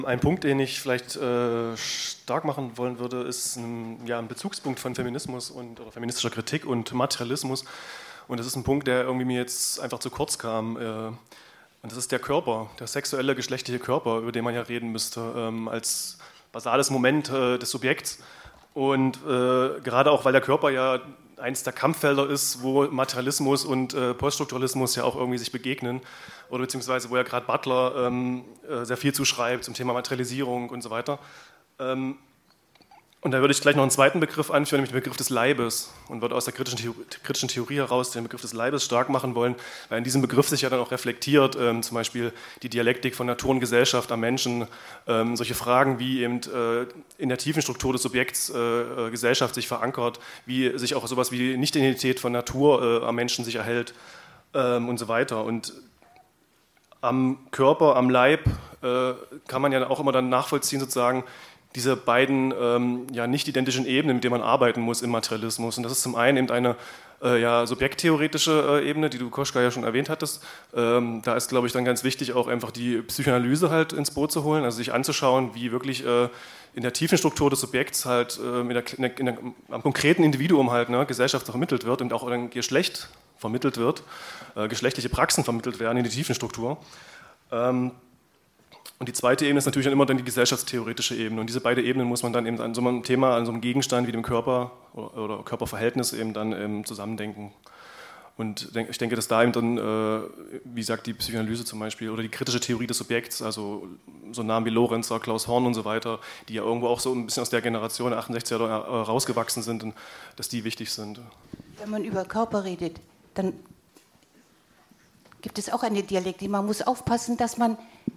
Ein Punkt, den ich vielleicht stark machen wollen würde, ist ein Bezugspunkt von Feminismus oder feministischer Kritik und Materialismus. Und das ist ein Punkt, der irgendwie mir jetzt einfach zu kurz kam. Und das ist der Körper, der sexuelle, geschlechtliche Körper, über den man ja reden müsste, als basales Moment des Subjekts. Und gerade auch, weil der Körper ja eines der Kampffelder ist, wo Materialismus und Poststrukturalismus ja auch irgendwie sich begegnen, oder beziehungsweise wo ja gerade Butler sehr viel zuschreibt zum Thema Materialisierung und so weiter. Und da würde ich gleich noch einen zweiten Begriff anführen, nämlich den Begriff des Leibes, und würde aus der kritischen Theorie heraus den Begriff des Leibes stark machen wollen, weil in diesem Begriff sich ja dann auch reflektiert, zum Beispiel die Dialektik von Natur und Gesellschaft am Menschen, solche Fragen wie eben in der tiefen Struktur des Subjekts Gesellschaft sich verankert, wie sich auch sowas wie Nicht-Identität von Natur am Menschen sich erhält und so weiter. Und am Körper, am Leib kann man ja auch immer dann nachvollziehen, sozusagen, diese beiden nicht identischen Ebenen, mit denen man arbeiten muss im Materialismus. Und das ist zum einen eben eine subjekttheoretische Ebene, die du, Koschka, ja schon erwähnt hattest. Da ist, glaube ich, dann ganz wichtig, auch einfach die Psychoanalyse halt ins Boot zu holen, also sich anzuschauen, wie wirklich in der tiefen Struktur des Subjekts halt am konkreten Individuum halt Gesellschaft vermittelt wird und auch ein Geschlecht vermittelt wird, geschlechtliche Praxen vermittelt werden in die tiefen Struktur. Und die zweite Ebene ist natürlich dann immer dann die gesellschaftstheoretische Ebene. Und diese beiden Ebenen muss man dann eben an so einem Thema, an so einem Gegenstand wie dem Körper oder Körperverhältnis eben dann zusammendenken. Und ich denke, dass da eben dann, wie sagt die Psychoanalyse zum Beispiel, oder die kritische Theorie des Subjekts, also so Namen wie Lorenzer, Klaus Horn und so weiter, die ja irgendwo auch so ein bisschen aus der Generation der 68er rausgewachsen sind, dass die wichtig sind. Wenn man über Körper redet, dann gibt es auch eine Dialektik. Man muss aufpassen, dass man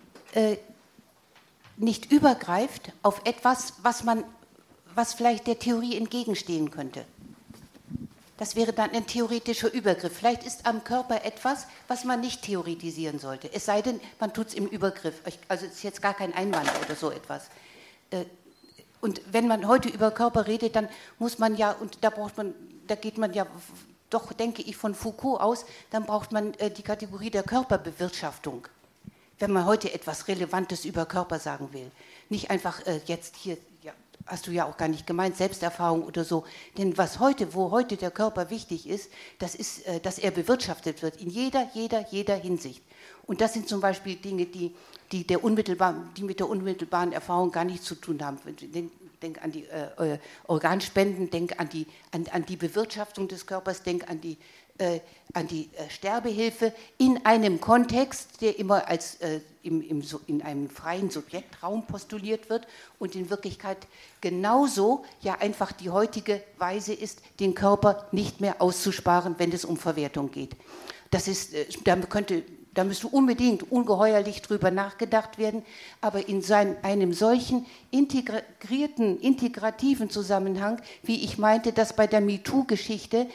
nicht übergreift auf etwas, was vielleicht der Theorie entgegenstehen könnte. Das wäre dann ein theoretischer Übergriff. Vielleicht ist am Körper etwas, was man nicht theoretisieren sollte. Es sei denn, man tut es im Übergriff. Also es ist jetzt gar kein Einwand oder so etwas. Und wenn man heute über Körper redet, dann muss man ja, und da geht man ja doch, denke ich, von Foucault aus, dann braucht man die Kategorie der Körperbewirtschaftung, wenn man heute etwas Relevantes über Körper sagen will. Nicht einfach jetzt hier, ja, hast du ja auch gar nicht gemeint, Selbsterfahrung oder so. Denn wo heute der Körper wichtig ist, das ist, dass er bewirtschaftet wird in jeder Hinsicht. Und das sind zum Beispiel Dinge, die mit der unmittelbaren Erfahrung gar nichts zu tun haben. Denk an die Organspenden, denk an die Bewirtschaftung des Körpers, denk an die Sterbehilfe in einem Kontext, der immer als in einem freien Subjektraum postuliert wird und in Wirklichkeit genauso ja einfach die heutige Weise ist, den Körper nicht mehr auszusparen, wenn es um Verwertung geht. Das ist, da müsste unbedingt ungeheuerlich drüber nachgedacht werden, aber in einem solchen integrativen Zusammenhang, wie ich meinte, dass bei der MeToo-Geschichte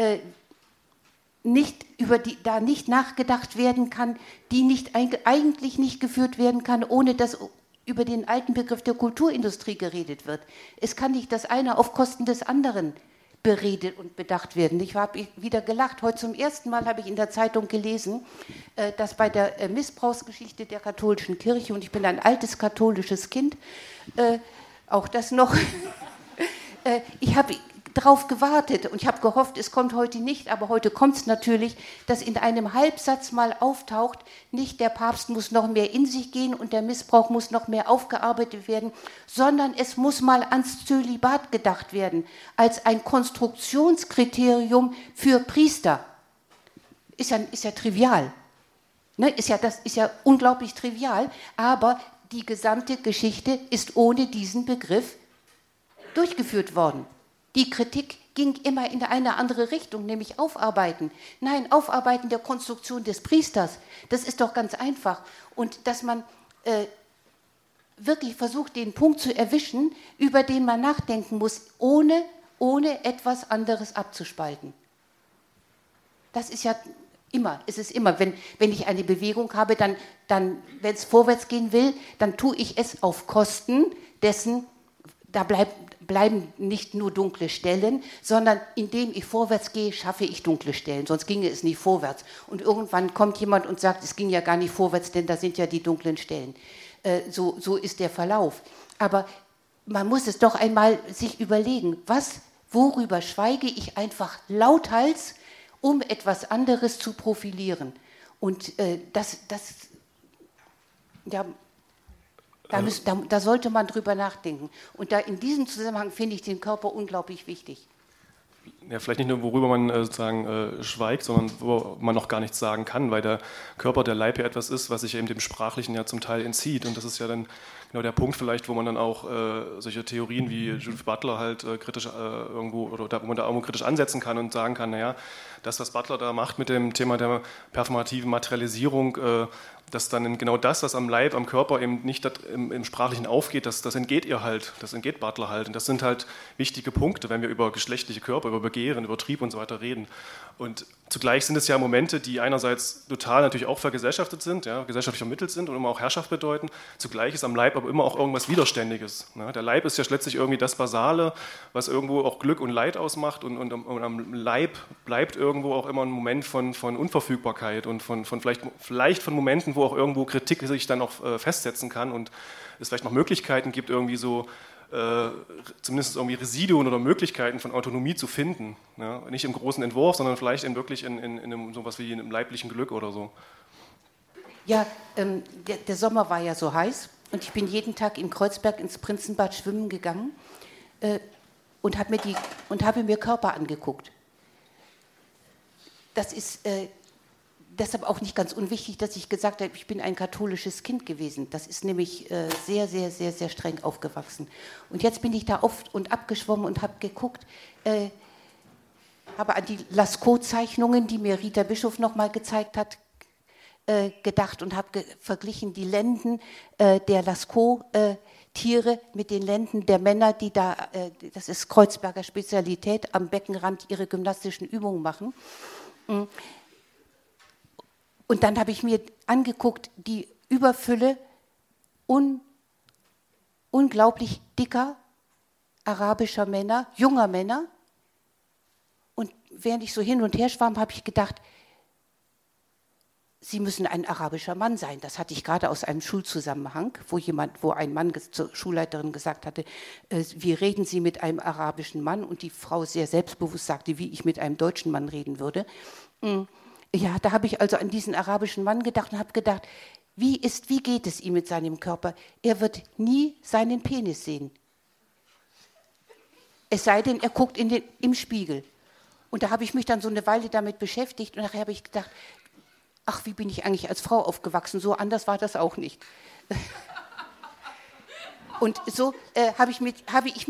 da nicht nachgedacht werden kann, die eigentlich nicht geführt werden kann, ohne dass über den alten Begriff der Kulturindustrie geredet wird. Es kann nicht das eine auf Kosten des anderen beredet und bedacht werden. Ich habe wieder gelacht. Heute zum ersten Mal habe ich in der Zeitung gelesen, dass bei der Missbrauchsgeschichte der katholischen Kirche, und ich bin ein altes katholisches Kind, auch das noch, ich habe darauf gewartet und ich habe gehofft, es kommt heute nicht, aber heute kommt es natürlich, dass in einem Halbsatz mal auftaucht, nicht der Papst muss noch mehr in sich gehen und der Missbrauch muss noch mehr aufgearbeitet werden, sondern es muss mal ans Zölibat gedacht werden, als ein Konstruktionskriterium für Priester. Ist ja trivial. Ne? Das ist ja unglaublich trivial, aber die gesamte Geschichte ist ohne diesen Begriff durchgeführt worden. Die Kritik ging immer in eine andere Richtung, nämlich Aufarbeiten. Nein, Aufarbeiten der Konstruktion des Priesters, das ist doch ganz einfach. Und dass man wirklich versucht, den Punkt zu erwischen, über den man nachdenken muss, ohne etwas anderes abzuspalten. Das ist ja immer, wenn ich eine Bewegung habe, dann wenn es vorwärts gehen will, dann tue ich es auf Kosten dessen, da bleiben nicht nur dunkle Stellen, sondern indem ich vorwärts gehe, schaffe ich dunkle Stellen, sonst ginge es nicht vorwärts. Und irgendwann kommt jemand und sagt, es ging ja gar nicht vorwärts, denn da sind ja die dunklen Stellen. so ist der Verlauf. Aber man muss es doch einmal sich überlegen, worüber schweige ich einfach lauthals, um etwas anderes zu profilieren. Und da sollte man drüber nachdenken. Und in diesem Zusammenhang finde ich den Körper unglaublich wichtig. Ja, vielleicht nicht nur, worüber man sozusagen schweigt, sondern wo man noch gar nichts sagen kann, weil der Körper, der Leib ja etwas ist, was sich eben dem Sprachlichen ja zum Teil entzieht. Und das ist ja dann genau der Punkt vielleicht, wo man dann auch solche Theorien wie Judith Butler halt kritisch irgendwo, oder wo man da irgendwo kritisch ansetzen kann und sagen kann, naja, das, was Butler da macht mit dem Thema der performativen Materialisierung, dass dann genau das, was am Leib, am Körper eben nicht im Sprachlichen aufgeht, das entgeht ihr halt, das entgeht Butler halt. Und das sind halt wichtige Punkte, wenn wir über geschlechtliche Körper, über Begehren, über Trieb und so weiter reden. Und zugleich sind es ja Momente, die einerseits total natürlich auch vergesellschaftet sind, ja, gesellschaftlich vermittelt sind und immer auch Herrschaft bedeuten. Zugleich ist am Leib aber immer auch irgendwas Widerständiges. Ne? Der Leib ist ja letztlich irgendwie das Basale, was irgendwo auch Glück und Leid ausmacht und am Leib bleibt irgendwo auch immer ein Moment von Unverfügbarkeit und von vielleicht von Momenten, wo auch irgendwo Kritik sich dann auch festsetzen kann und es vielleicht noch Möglichkeiten gibt, irgendwie so zumindest irgendwie Residuen oder Möglichkeiten von Autonomie zu finden. Ja? Nicht im großen Entwurf, sondern vielleicht wirklich in sowas wie einem leiblichen Glück oder so. Ja, der Sommer war ja so heiß und ich bin jeden Tag in Kreuzberg ins Prinzenbad schwimmen gegangen und habe mir Körper angeguckt. Das ist deshalb auch nicht ganz unwichtig, dass ich gesagt habe, ich bin ein katholisches Kind gewesen. Das ist nämlich sehr, sehr, sehr, sehr streng aufgewachsen. Und jetzt bin ich da oft und abgeschwommen und habe geguckt, habe an die Lascaux-Zeichnungen, die mir Rita Bischof nochmal gezeigt hat, gedacht und habe verglichen die Lenden der Lascaux-Tiere mit den Lenden der Männer, die da, das ist Kreuzberger Spezialität, am Beckenrand ihre gymnastischen Übungen machen. Und dann habe ich mir angeguckt, die Überfülle unglaublich dicker arabischer Männer, junger Männer. Und während ich so hin und her schwamm, habe ich gedacht, Sie müssen ein arabischer Mann sein. Das hatte ich gerade aus einem Schulzusammenhang, wo ein Mann zur Schulleiterin gesagt hatte, wie reden Sie mit einem arabischen Mann? Und die Frau sehr selbstbewusst sagte, wie ich mit einem deutschen Mann reden würde. Ja, da habe ich also an diesen arabischen Mann gedacht und habe gedacht, wie geht es ihm mit seinem Körper? Er wird nie seinen Penis sehen. Es sei denn, er guckt im Spiegel. Und da habe ich mich dann so eine Weile damit beschäftigt und nachher habe ich gedacht, ach, wie bin ich eigentlich als Frau aufgewachsen? So anders war das auch nicht. Und so habe ich mich,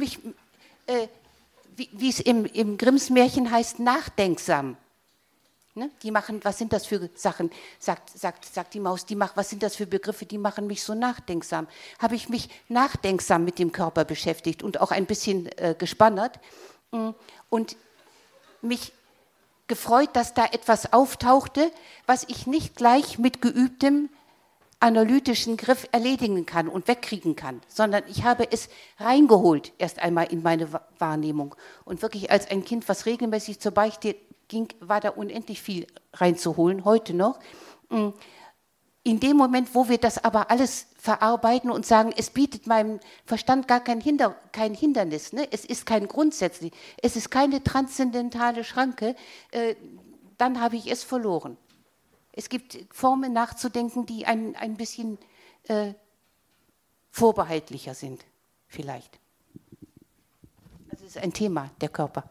wie es im Grimms Märchen heißt, nachdenksam. Ne? Die machen, was sind das für Sachen, sagt die Maus, was sind das für Begriffe, die machen mich so nachdenksam. Habe ich mich nachdenksam mit dem Körper beschäftigt und auch ein bisschen gespannert und mich gefreut, dass da etwas auftauchte, was ich nicht gleich mit geübtem analytischen Griff erledigen kann und wegkriegen kann, sondern ich habe es reingeholt erst einmal in meine Wahrnehmung. Und wirklich als ein Kind, was regelmäßig zur Beichte ging, war da unendlich viel reinzuholen, heute noch. In dem Moment, wo wir das aber alles verarbeiten und sagen, es bietet meinem Verstand gar kein Hindernis, ne? Es ist kein grundsätzlich, es ist keine transzendentale Schranke, dann habe ich es verloren. Es gibt Formen nachzudenken, die ein bisschen vorbehaltlicher sind, vielleicht. Also es ist ein Thema, der Körper.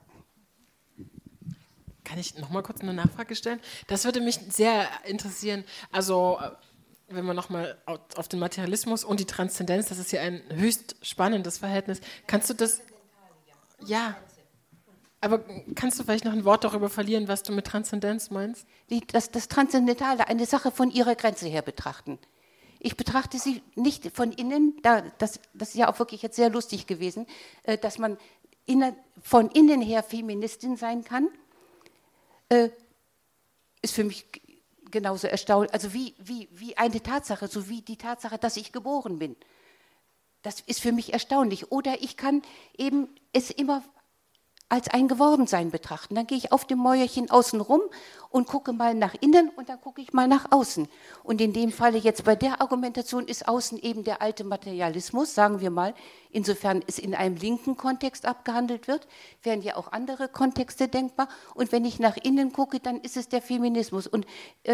Kann ich noch mal kurz eine Nachfrage stellen? Das würde mich sehr interessieren. Also, wenn man noch mal auf den Materialismus und die Transzendenz, das ist ja ein höchst spannendes Verhältnis. Kannst du das? Ja. Aber kannst du vielleicht noch ein Wort darüber verlieren, was du mit Transzendenz meinst? Das Transzendentale, eine Sache von ihrer Grenze her betrachten. Ich betrachte sie nicht von innen, das ist ja auch wirklich jetzt sehr lustig gewesen, dass man von innen her Feministin sein kann. Ist für mich genauso erstaunlich, also wie eine Tatsache, so wie die Tatsache, dass ich geboren bin. Das ist für mich erstaunlich. Oder ich kann eben es immer als ein Gewordensein betrachten. Dann gehe ich auf dem Mäuerchen außen rum und gucke mal nach innen und dann gucke ich mal nach außen. Und in dem Falle jetzt bei der Argumentation ist außen eben der alte Materialismus, sagen wir mal, insofern es in einem linken Kontext abgehandelt wird, wären ja auch andere Kontexte denkbar. Und wenn ich nach innen gucke, dann ist es der Feminismus. Und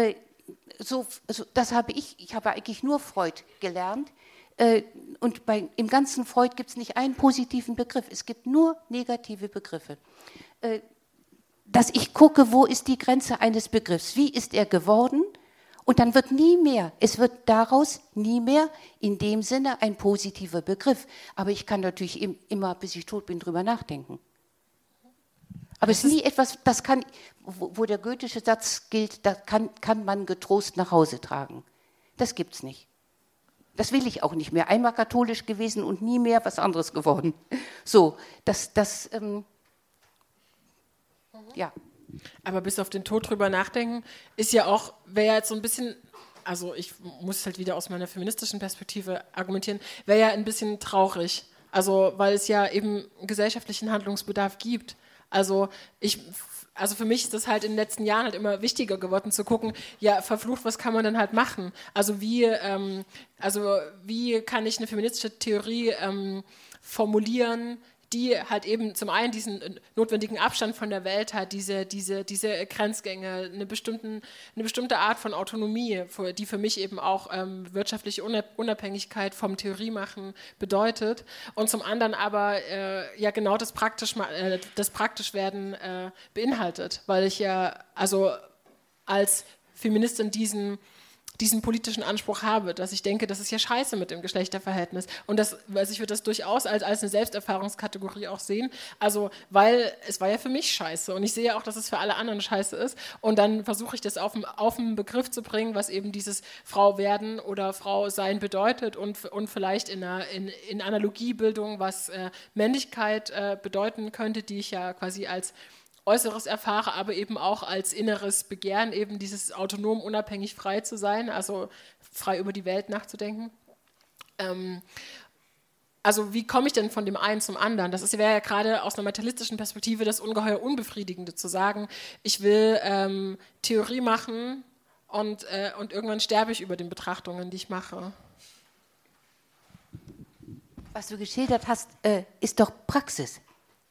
das habe ich habe eigentlich nur Freud gelernt. Und im ganzen Freud gibt es nicht einen positiven Begriff, es gibt nur negative Begriffe. Dass ich gucke, wo ist die Grenze eines Begriffs, wie ist er geworden, und dann wird nie mehr, es wird daraus nie mehr in dem Sinne ein positiver Begriff. Aber ich kann natürlich immer, bis ich tot bin, drüber nachdenken. Aber es ist nie etwas, das kann, wo der goethische Satz gilt, das kann man getrost nach Hause tragen. Das gibt es nicht. Das will ich auch nicht mehr. Einmal katholisch gewesen und nie mehr was anderes geworden. So, ja. Aber bis auf den Tod drüber nachdenken, ist ja auch, wäre jetzt so ein bisschen, also ich muss halt wieder aus meiner feministischen Perspektive argumentieren, wäre ja ein bisschen traurig. Also, weil es ja eben gesellschaftlichen Handlungsbedarf gibt. Also für mich ist das halt in den letzten Jahren halt immer wichtiger geworden zu gucken, ja, verflucht, was kann man denn halt machen? Also wie kann ich eine feministische Theorie formulieren, die halt eben zum einen diesen notwendigen Abstand von der Welt hat, diese Grenzgänge, eine bestimmte Art von Autonomie, die für mich eben auch wirtschaftliche Unabhängigkeit vom Theoriemachen bedeutet, und zum anderen aber ja genau das Praktischwerden beinhaltet, weil ich ja also als Feministin diesen politischen Anspruch habe, dass ich denke, das ist ja scheiße mit dem Geschlechterverhältnis. Und ich würde das durchaus als eine Selbsterfahrungskategorie auch sehen. Also, weil es war ja für mich scheiße. Und ich sehe auch, dass es für alle anderen scheiße ist. Und dann versuche ich das auf einen Begriff zu bringen, was eben dieses Frau werden oder Frau sein bedeutet und vielleicht in Analogiebildung, was Männlichkeit bedeuten könnte, die ich ja quasi als Äußeres erfahre, aber eben auch als inneres Begehren, eben dieses autonom, unabhängig, frei zu sein, also frei über die Welt nachzudenken. Also wie komme ich denn von dem einen zum anderen? Das wäre ja gerade aus einer materialistischen Perspektive das ungeheuer Unbefriedigende, zu sagen, ich will Theorie machen und irgendwann sterbe ich über den Betrachtungen, die ich mache. Was du geschildert hast, ist doch Praxis.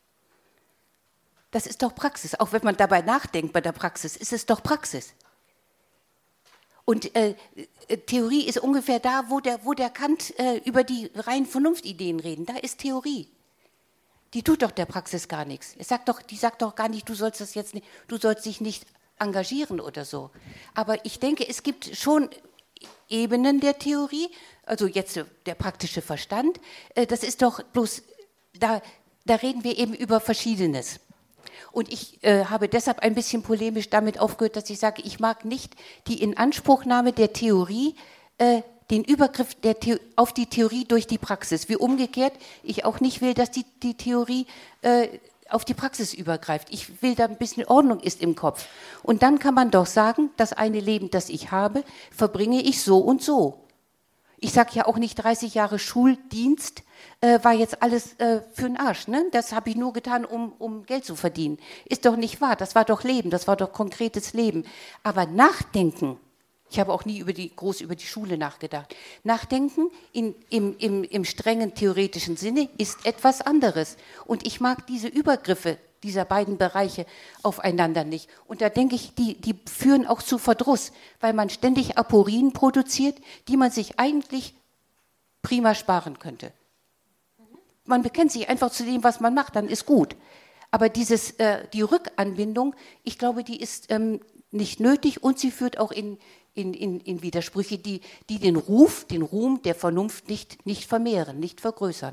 Das ist doch Praxis. Auch wenn man dabei nachdenkt bei der Praxis, ist es doch Praxis. Und Theorie ist ungefähr da, wo der Kant über die reinen Vernunftideen reden. Da ist Theorie. Die tut doch der Praxis gar nichts. Die sagt doch gar nicht, du sollst dich nicht engagieren oder so. Aber ich denke, es gibt schon Ebenen der Theorie, also jetzt der praktische Verstand. Das ist doch bloß, da reden wir eben über Verschiedenes. Und ich habe deshalb ein bisschen polemisch damit aufgehört, dass ich sage, ich mag nicht die Inanspruchnahme der Theorie, den Übergriff auf die Theorie durch die Praxis. Wie umgekehrt, ich auch nicht will, dass die Theorie auf die Praxis übergreift. Ich will, da ein bisschen Ordnung ist im Kopf. Und dann kann man doch sagen, das eine Leben, das ich habe, verbringe ich so und so. Ich sage ja auch nicht 30 Jahre Schuldienst, war jetzt alles für den Arsch. Ne? Das habe ich nur getan, um Geld zu verdienen. Ist doch nicht wahr, das war doch Leben, das war doch konkretes Leben. Aber nachdenken, ich habe auch nie groß über die Schule nachgedacht, nachdenken im strengen theoretischen Sinne ist etwas anderes. Und ich mag diese Übergriffe dieser beiden Bereiche aufeinander nicht. Und da denke ich, die führen auch zu Verdruss, weil man ständig Aporien produziert, die man sich eigentlich prima sparen könnte. Man bekennt sich einfach zu dem, was man macht, dann ist gut. Aber die Rückanbindung, ich glaube, die ist nicht nötig und sie führt auch in Widersprüche, die den Ruhm der Vernunft nicht vermehren, nicht vergrößern.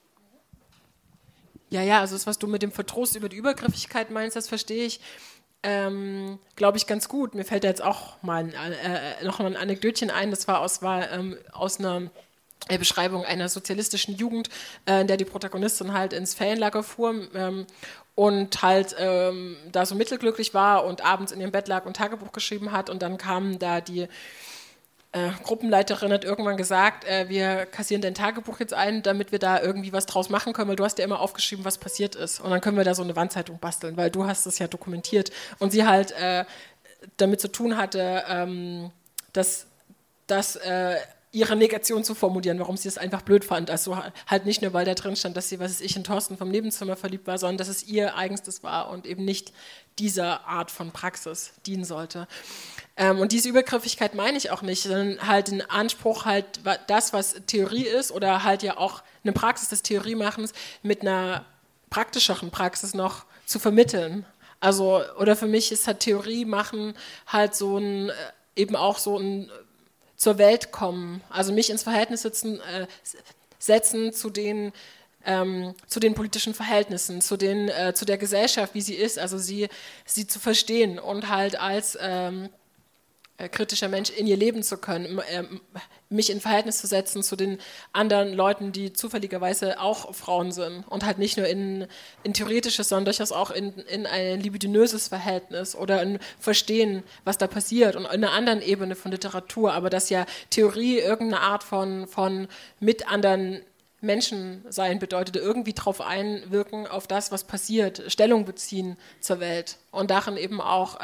Ja, also das, was du mit dem Verdruss über die Übergriffigkeit meinst, das verstehe ich, glaube ich, ganz gut. Mir fällt da jetzt auch mal noch ein Anekdötchen ein, das war aus einer Beschreibung einer sozialistischen Jugend, in der die Protagonistin halt ins Ferienlager fuhr und halt da so mittelglücklich war und abends in ihrem Bett lag und Tagebuch geschrieben hat, und dann kamen da die Gruppenleiterin hat irgendwann gesagt, wir kassieren dein Tagebuch jetzt ein, damit wir da irgendwie was draus machen können, weil du hast ja immer aufgeschrieben, was passiert ist. Und dann können wir da so eine Wandzeitung basteln, weil du hast es ja dokumentiert. Und sie halt damit zu tun hatte, dass ihre Negation zu formulieren, warum sie es einfach blöd fand. Also halt nicht nur, weil da drin stand, dass sie, was weiß ich, in Thorsten vom Nebenzimmer verliebt war, sondern dass es ihr eigenstes war und eben nicht dieser Art von Praxis dienen sollte. Und diese Übergriffigkeit meine ich auch nicht, sondern halt den Anspruch, halt das, was Theorie ist oder halt ja auch eine Praxis des Theoriemachens mit einer praktischeren Praxis noch zu vermitteln. Also, oder für mich ist halt Theorie machen halt so ein, eben auch so ein zur Welt kommen, also mich ins Verhältnis setzen zu den politischen Verhältnissen, zu der Gesellschaft, wie sie ist, also sie zu verstehen und halt als kritischer Mensch in ihr leben zu können, mich in Verhältnis zu setzen zu den anderen Leuten, die zufälligerweise auch Frauen sind und halt nicht nur in theoretisches, sondern durchaus auch in ein libidinöses Verhältnis oder ein Verstehen, was da passiert und in einer anderen Ebene von Literatur, aber dass ja Theorie irgendeine Art von mit anderen Menschen sein bedeutet, irgendwie darauf einwirken, auf das, was passiert, Stellung beziehen zur Welt und darin eben auch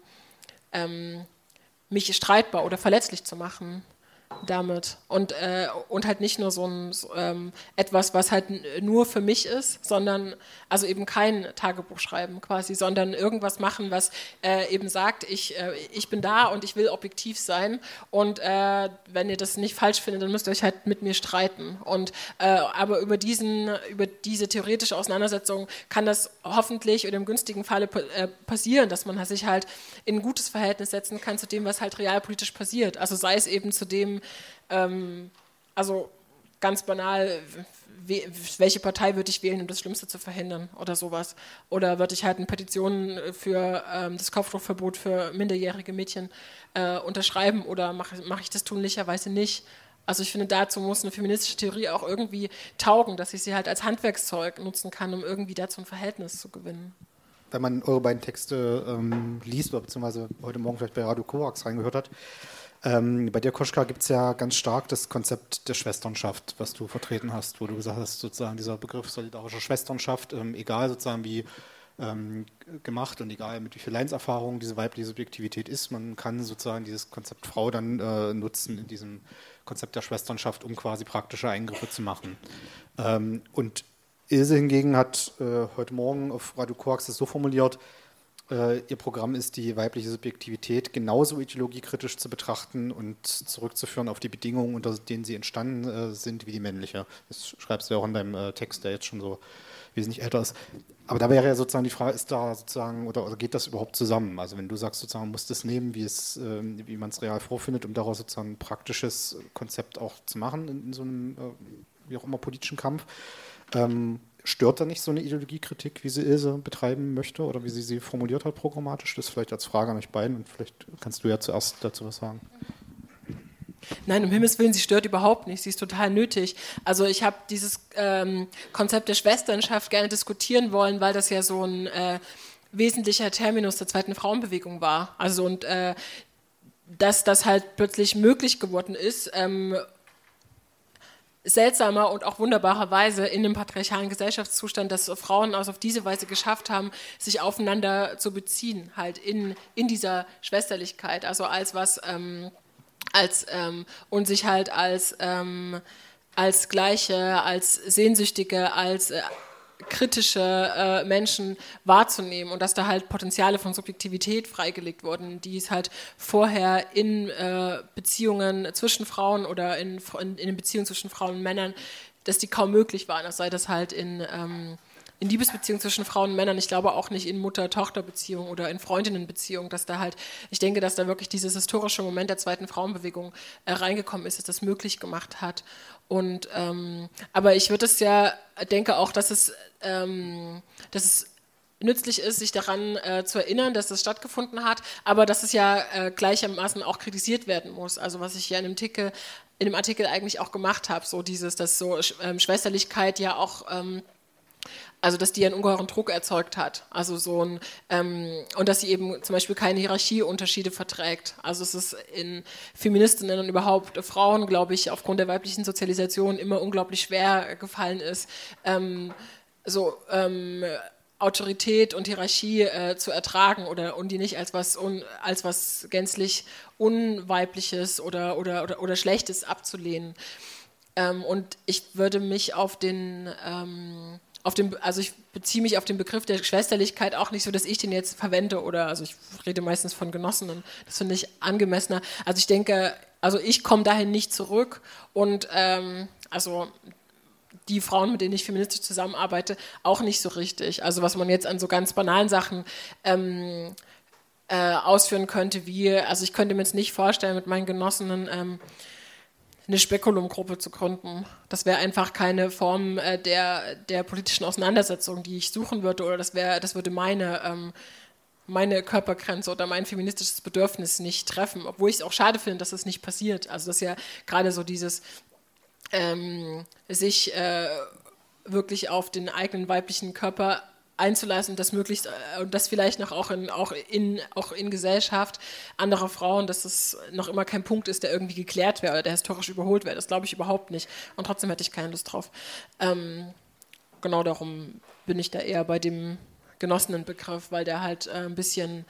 mich streitbar oder verletzlich zu machen damit und halt nicht nur etwas, was halt nur für mich ist, sondern also eben kein Tagebuch schreiben quasi, sondern irgendwas machen, was eben sagt, ich bin da und ich will objektiv sein und wenn ihr das nicht falsch findet, dann müsst ihr euch halt mit mir streiten und aber über diese theoretische Auseinandersetzung kann das hoffentlich oder im günstigen Falle passieren, dass man sich halt in ein gutes Verhältnis setzen kann zu dem, was halt realpolitisch passiert, also sei es eben zu dem, also ganz banal, welche Partei würde ich wählen, um das Schlimmste zu verhindern oder sowas. Oder würde ich halt eine Petition für das Kopftuchverbot für minderjährige Mädchen unterschreiben oder mache ich das tunlicherweise nicht. Also ich finde, dazu muss eine feministische Theorie auch irgendwie taugen, dass ich sie halt als Handwerkszeug nutzen kann, um irgendwie dazu ein Verhältnis zu gewinnen. Wenn man eure beiden Texte liest, oder beziehungsweise heute Morgen vielleicht bei Radio Korax reingehört hat, bei dir, Koschka, gibt es ja ganz stark das Konzept der Schwesternschaft, was du vertreten hast, wo du gesagt hast, sozusagen dieser Begriff solidarische Schwesternschaft, egal sozusagen wie gemacht und egal mit wie viel Leinserfahrung diese weibliche Subjektivität ist, man kann sozusagen dieses Konzept Frau dann nutzen in diesem Konzept der Schwesternschaft, um quasi praktische Eingriffe zu machen. Und Ilse hingegen hat heute Morgen auf Radio Korax das so formuliert, ihr Programm ist, die weibliche Subjektivität genauso ideologiekritisch zu betrachten und zurückzuführen auf die Bedingungen, unter denen sie entstanden sind, wie die männliche. Das schreibst du ja auch in deinem Text, der jetzt schon so wesentlich älter ist. Aber da wäre ja sozusagen die Frage, ist da sozusagen, oder geht das überhaupt zusammen? Also wenn du sagst, sozusagen, man muss das nehmen, wie man es real vorfindet, um daraus sozusagen ein praktisches Konzept auch zu machen in so einem, wie auch immer, politischen Kampf, stört da nicht so eine Ideologiekritik, wie sie Ilse betreiben möchte oder wie sie formuliert hat programmatisch? Das vielleicht als Frage an euch beiden und vielleicht kannst du ja zuerst dazu was sagen. Nein, um Himmels Willen, sie stört überhaupt nicht, sie ist total nötig. Also ich habe dieses Konzept der Schwesternschaft gerne diskutieren wollen, weil das ja so ein wesentlicher Terminus der zweiten Frauenbewegung war. Also und dass das halt plötzlich möglich geworden ist, seltsamer und auch wunderbarerweise in einem patriarchalen Gesellschaftszustand, dass Frauen also auf diese Weise geschafft haben, sich aufeinander zu beziehen, halt in dieser Schwesterlichkeit, also als was, und sich halt als Gleiche, als Sehnsüchtige, als kritische Menschen wahrzunehmen und dass da halt Potenziale von Subjektivität freigelegt wurden, die es halt vorher in Beziehungen zwischen Frauen oder in den Beziehungen zwischen Frauen und Männern, dass die kaum möglich waren, das sei das halt in Liebesbeziehungen zwischen Frauen und Männern, ich glaube auch nicht in Mutter-Tochter-Beziehungen oder in Freundinnen-Beziehungen, dass da halt, ich denke, dass da wirklich dieses historische Moment der zweiten Frauenbewegung reingekommen ist, dass das möglich gemacht hat. Und aber ich würde es ja, denke auch, dass es nützlich ist, sich daran zu erinnern, dass das stattgefunden hat, aber dass es ja gleichermaßen auch kritisiert werden muss. Also was ich ja in dem Artikel eigentlich auch gemacht habe, so dass so Schwesterlichkeit ja auch Also dass die einen ungeheuren Druck erzeugt hat. Also und dass sie eben zum Beispiel keine Hierarchieunterschiede verträgt. Also es ist in Feministinnen und überhaupt Frauen, glaube ich, aufgrund der weiblichen Sozialisation immer unglaublich schwer gefallen ist, Autorität und Hierarchie zu ertragen und die nicht als was gänzlich Unweibliches oder Schlechtes abzulehnen. Und ich würde mich also ich beziehe mich auf den Begriff der Schwesterlichkeit auch nicht so, dass ich den jetzt verwende also ich rede meistens von Genossinnen, das finde ich angemessener. Also ich denke, also ich komme dahin nicht zurück und also die Frauen, mit denen ich feministisch zusammenarbeite, auch nicht so richtig. Also was man jetzt an so ganz banalen Sachen ausführen könnte, also ich könnte mir jetzt nicht vorstellen, mit meinen Genossinnen eine Spekulum-Gruppe zu gründen. Das wäre einfach keine Form der politischen Auseinandersetzung, die ich suchen würde, oder das würde meine Körpergrenze oder mein feministisches Bedürfnis nicht treffen, obwohl ich es auch schade finde, dass es nicht passiert. Also das ist ja gerade so dieses sich wirklich auf den eigenen weiblichen Körper einzulassen, das möglichst und das vielleicht noch auch in Gesellschaft anderer Frauen, dass es noch immer kein Punkt ist, der irgendwie geklärt wäre oder der historisch überholt wäre. Das glaube ich überhaupt nicht. Und trotzdem hätte ich keine Lust drauf. Genau darum bin ich da eher bei dem Genossinnenbegriff, weil der halt ein bisschen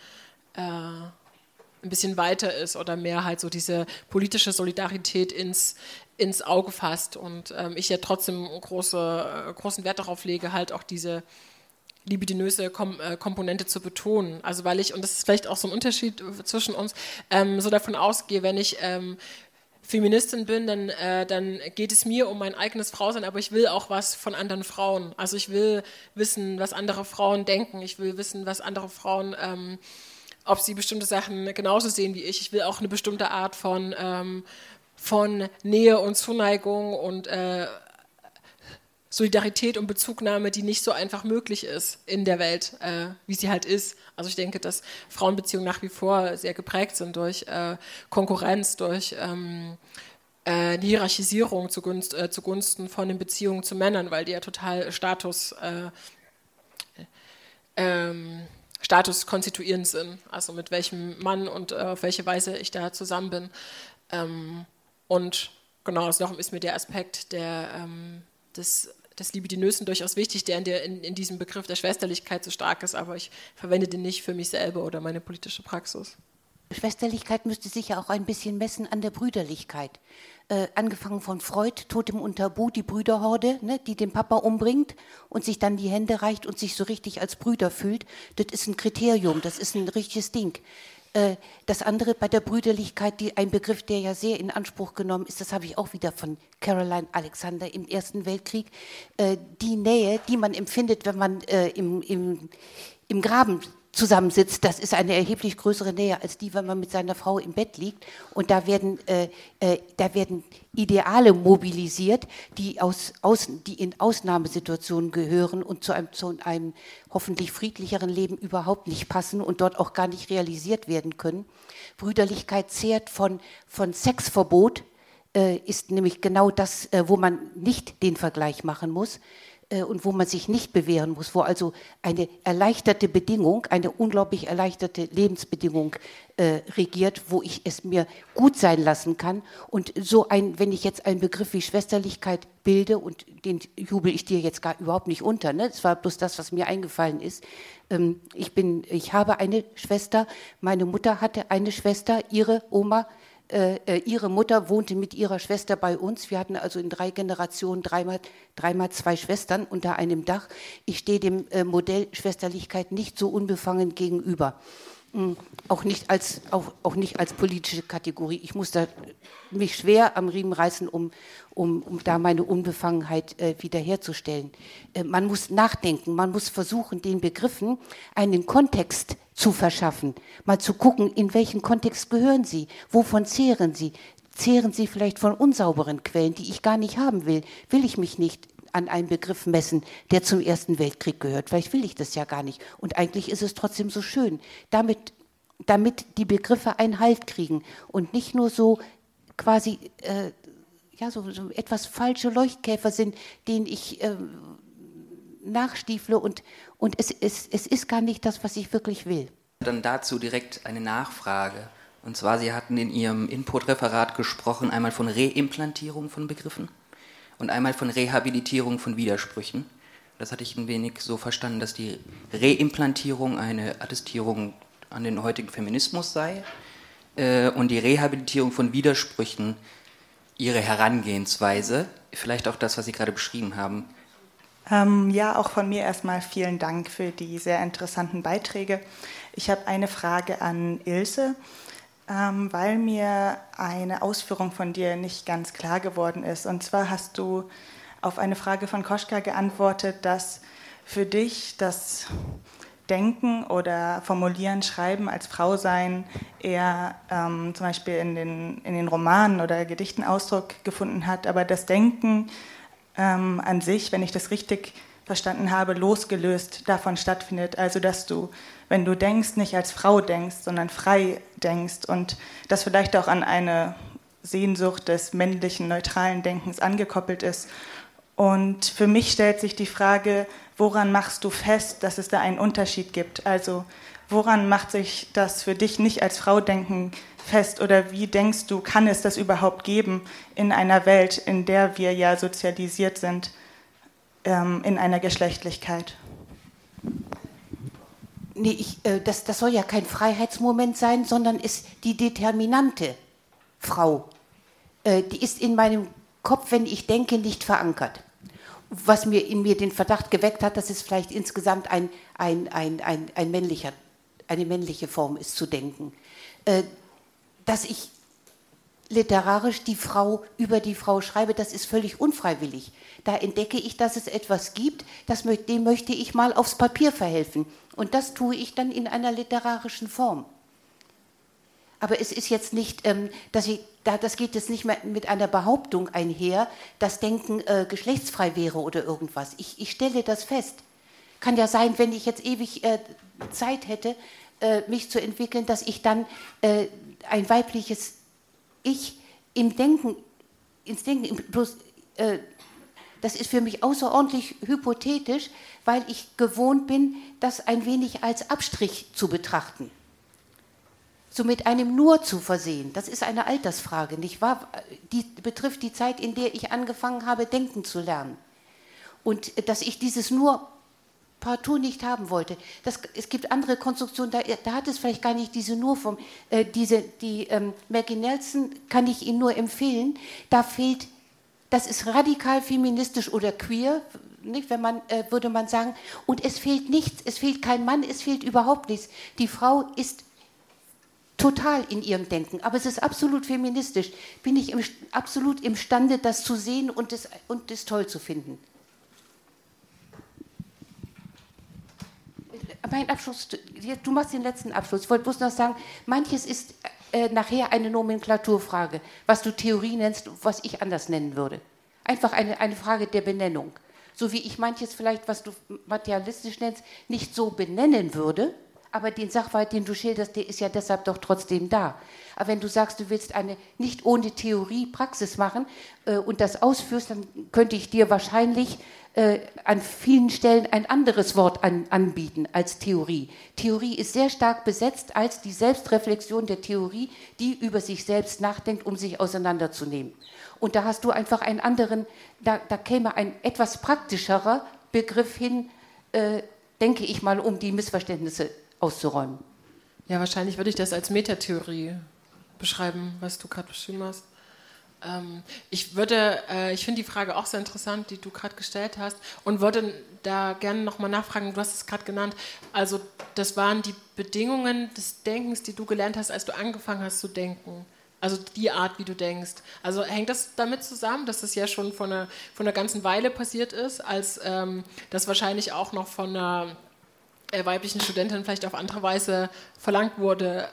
weiter ist oder mehr halt so diese politische Solidarität ins Auge fasst. Und ich ja trotzdem großen Wert darauf lege, halt auch diese libidinöse Komponente zu betonen. Also weil ich, und das ist vielleicht auch so ein Unterschied zwischen uns, so davon ausgehe, wenn ich Feministin bin, dann geht es mir um mein eigenes Frausein, aber ich will auch was von anderen Frauen. Also ich will wissen, was andere Frauen denken. Ich will wissen, was andere Frauen, ob sie bestimmte Sachen genauso sehen wie ich. Ich will auch eine bestimmte Art von Nähe und Zuneigung und Solidarität und Bezugnahme, die nicht so einfach möglich ist in der Welt, wie sie halt ist. Also ich denke, dass Frauenbeziehungen nach wie vor sehr geprägt sind durch Konkurrenz, durch eine Hierarchisierung zugunsten von den Beziehungen zu Männern, weil die ja total statuskonstituierend sind. Also mit welchem Mann und auf welche Weise ich da zusammen bin. Und genau, darum ist mir der Aspekt des Libidinösen durchaus wichtig, der in diesem Begriff der Schwesterlichkeit so stark ist, aber ich verwende den nicht für mich selber oder meine politische Praxis. Schwesterlichkeit müsste sich ja auch ein bisschen messen an der Brüderlichkeit. Angefangen von Freud, Totem und Tabu, die Brüderhorde, ne, die den Papa umbringt und sich dann die Hände reicht und sich so richtig als Brüder fühlt. Das ist ein Kriterium, das ist ein richtiges Ding. Das andere bei der Brüderlichkeit, ein Begriff, der ja sehr in Anspruch genommen ist, das habe ich auch wieder von Caroline Alexander im Ersten Weltkrieg, die Nähe, die man empfindet, wenn man im Graben zusammensitzt, das ist eine erheblich größere Nähe als die, wenn man mit seiner Frau im Bett liegt. Und da werden Ideale mobilisiert, die in Ausnahmesituationen gehören und zu einem hoffentlich friedlicheren Leben überhaupt nicht passen und dort auch gar nicht realisiert werden können. Brüderlichkeit zehrt von Sexverbot, ist nämlich genau das, wo man nicht den Vergleich machen muss. Und wo man sich nicht bewähren muss, wo also eine erleichterte Bedingung, eine unglaublich erleichterte Lebensbedingung regiert, wo ich es mir gut sein lassen kann. Und wenn ich jetzt einen Begriff wie Schwesterlichkeit bilde, und den jubel ich dir jetzt gar überhaupt nicht unter, ne? Das war bloß das, was mir eingefallen ist. Ich habe eine Schwester, meine Mutter hatte eine Schwester, ihre Oma. Ihre Mutter wohnte mit ihrer Schwester bei uns. Wir hatten also in 3 Generationen dreimal 2 Schwestern unter einem Dach. Ich stehe dem Modell Schwesterlichkeit nicht so unbefangen gegenüber. Auch nicht als politische Kategorie. Ich muss da mich schwer am Riemen reißen, um da meine Unbefangenheit wiederherzustellen. Man muss nachdenken, man muss versuchen, den Begriffen einen Kontext zu verschaffen. Mal zu gucken, in welchen Kontext gehören sie, wovon zehren sie. Zehren sie vielleicht von unsauberen Quellen, die ich gar nicht haben will? Will ich mich nicht an einen Begriff messen, der zum Ersten Weltkrieg gehört? Vielleicht will ich das ja gar nicht. Und eigentlich ist es trotzdem so schön, damit die Begriffe einen Halt kriegen und nicht nur so quasi so etwas falsche Leuchtkäfer sind, denen ich nachstiefle und es ist gar nicht das, was ich wirklich will. Dann dazu direkt eine Nachfrage. Und zwar, Sie hatten in Ihrem Input-Referat gesprochen, einmal von Reimplantierung von Begriffen und einmal von Rehabilitierung von Widersprüchen. Das hatte ich ein wenig so verstanden, dass die Reimplantierung eine Attestierung an den heutigen Feminismus sei und die Rehabilitierung von Widersprüchen Ihre Herangehensweise, vielleicht auch das, was Sie gerade beschrieben haben. Ja, auch von mir erstmal vielen Dank für die sehr interessanten Beiträge. Ich habe eine Frage an Ilse, weil mir eine Ausführung von dir nicht ganz klar geworden ist. Und zwar hast du auf eine Frage von Koschka geantwortet, dass für dich das Denken oder Formulieren, Schreiben als Frau sein eher zum Beispiel in den Romanen oder Gedichten Ausdruck gefunden hat, aber das Denken an sich, wenn ich das richtig verstanden habe, losgelöst davon stattfindet. Also dass du, wenn du denkst, nicht als Frau denkst, sondern frei denkst und das vielleicht auch an eine Sehnsucht des männlichen, neutralen Denkens angekoppelt ist. Und für mich stellt sich die Frage, woran machst du fest, dass es da einen Unterschied gibt? Also woran macht sich das für dich nicht als Frau denken fest oder wie denkst du, kann es das überhaupt geben in einer Welt, in der wir ja sozialisiert sind, in einer Geschlechtlichkeit? Nee, das soll ja kein Freiheitsmoment sein, sondern ist die determinante Frau. Die ist in meinem Kopf, wenn ich denke, nicht verankert. Was in mir den Verdacht geweckt hat, dass es vielleicht insgesamt eine männliche Form ist zu denken. Dass ich literarisch über die Frau schreibe, das ist völlig unfreiwillig. Da entdecke ich, dass es etwas gibt, dem möchte ich mal aufs Papier verhelfen. Und das tue ich dann in einer literarischen Form. Aber es ist jetzt nicht, das geht jetzt nicht mehr mit einer Behauptung einher, dass Denken geschlechtsfrei wäre oder irgendwas. Ich stelle das fest. Kann ja sein, wenn ich jetzt ewig Zeit hätte, mich zu entwickeln, dass ich dann ein weibliches Ich ins Denken, bloß, das ist für mich außerordentlich hypothetisch, weil ich gewohnt bin, das ein wenig als Abstrich zu betrachten. So mit einem Nur zu versehen, das ist eine Altersfrage, nicht wahr? Die betrifft die Zeit, in der ich angefangen habe, denken zu lernen. Und dass ich dieses Nur partout nicht haben wollte. Es gibt andere Konstruktionen, da hat es vielleicht gar nicht diese Nurform. Die Maggie Nelson kann ich Ihnen nur empfehlen. Da fehlt, das ist radikal feministisch oder queer, nicht, würde man sagen. Und es fehlt nichts, es fehlt kein Mann, es fehlt überhaupt nichts. Die Frau ist total in ihrem Denken, aber es ist absolut feministisch. Bin ich absolut imstande, das zu sehen und das toll zu finden. Mein Abschluss, du machst den letzten Abschluss. Ich wollte bloß noch sagen, manches ist nachher eine Nomenklaturfrage, was du Theorie nennst, was ich anders nennen würde. Einfach eine Frage der Benennung. So wie ich manches vielleicht, was du materialistisch nennst, nicht so benennen würde, aber den Sachverhalt, den du schilderst, der ist ja deshalb doch trotzdem da. Aber wenn du sagst, du willst eine nicht ohne Theorie Praxis machen und das ausführst, dann könnte ich dir wahrscheinlich an vielen Stellen ein anderes Wort anbieten als Theorie. Theorie ist sehr stark besetzt als die Selbstreflexion der Theorie, die über sich selbst nachdenkt, um sich auseinanderzunehmen. Und da hast du einfach einen anderen, da käme ein etwas praktischerer Begriff hin, denke ich mal, um die Missverständnisse auszuräumen. Ja, wahrscheinlich würde ich das als Metatheorie beschreiben, was du gerade beschrieben hast. Ich finde die Frage auch sehr interessant, die du gerade gestellt hast und würde da gerne nochmal nachfragen, du hast es gerade genannt, also das waren die Bedingungen des Denkens, die du gelernt hast, als du angefangen hast zu denken. Also die Art, wie du denkst. Also hängt das damit zusammen, dass das ja schon von einer ganzen Weile passiert ist, als das wahrscheinlich auch noch von einer weiblichen Studentin vielleicht auf andere Weise verlangt wurde,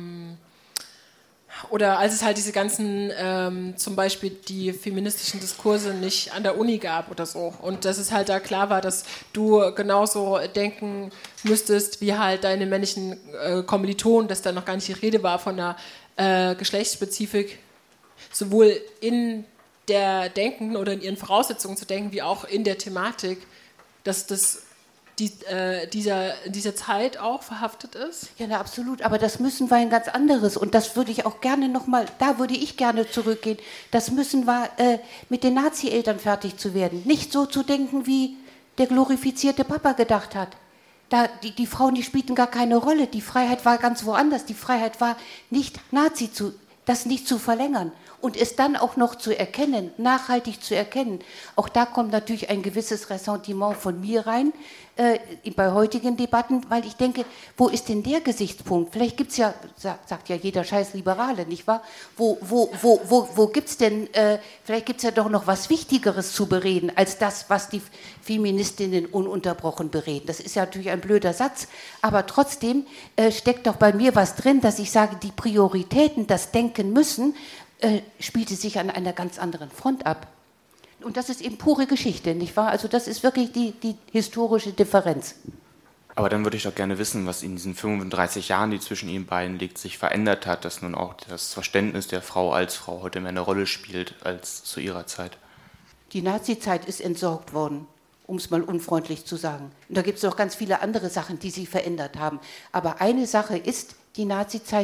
oder als es halt diese ganzen, zum Beispiel die feministischen Diskurse nicht an der Uni gab oder so. Und dass es halt da klar war, dass du genauso denken müsstest, wie halt deine männlichen Kommilitonen, dass da noch gar nicht die Rede war von einer Geschlechtsspezifik, sowohl in der Denken oder in ihren Voraussetzungen zu denken, wie auch in der Thematik dass das dieser Zeit auch verhaftet ist? Ja, na, absolut. Aber das Müssen war ein ganz anderes. Und das würde ich auch gerne nochmal, da würde ich gerne zurückgehen. Das Müssen war, mit den Nazi-Eltern fertig zu werden. Nicht so zu denken, wie der glorifizierte Papa gedacht hat. Die Frauen, die spielten gar keine Rolle. Die Freiheit war ganz woanders. Die Freiheit war nicht das nicht zu verlängern. Und es dann auch noch zu erkennen, nachhaltig zu erkennen. Auch da kommt natürlich ein gewisses Ressentiment von mir rein, bei heutigen Debatten, weil ich denke, wo ist denn der Gesichtspunkt? Vielleicht gibt es ja, sagt ja jeder scheiß Liberale, nicht wahr? Wo gibt es denn, vielleicht gibt es ja doch noch was Wichtigeres zu bereden, als das, was die Feministinnen ununterbrochen bereden. Das ist ja natürlich ein blöder Satz, aber trotzdem steckt doch bei mir was drin, dass ich sage, die Prioritäten, das Denken müssen, spielte sich an einer ganz anderen Front ab. Und das ist eben pure Geschichte, nicht wahr? Also das ist wirklich die historische Differenz. Aber dann würde ich doch gerne wissen, was in diesen 35 Jahren, die zwischen Ihnen beiden liegt, sich verändert hat, dass nun auch das Verständnis der Frau als Frau heute mehr eine Rolle spielt als zu Ihrer Zeit. Die Nazi-Zeit ist entsorgt worden, um es mal unfreundlich zu sagen. Und da gibt es noch ganz viele andere Sachen, die sich verändert haben. Aber eine Sache ist, die Nazi-Zeit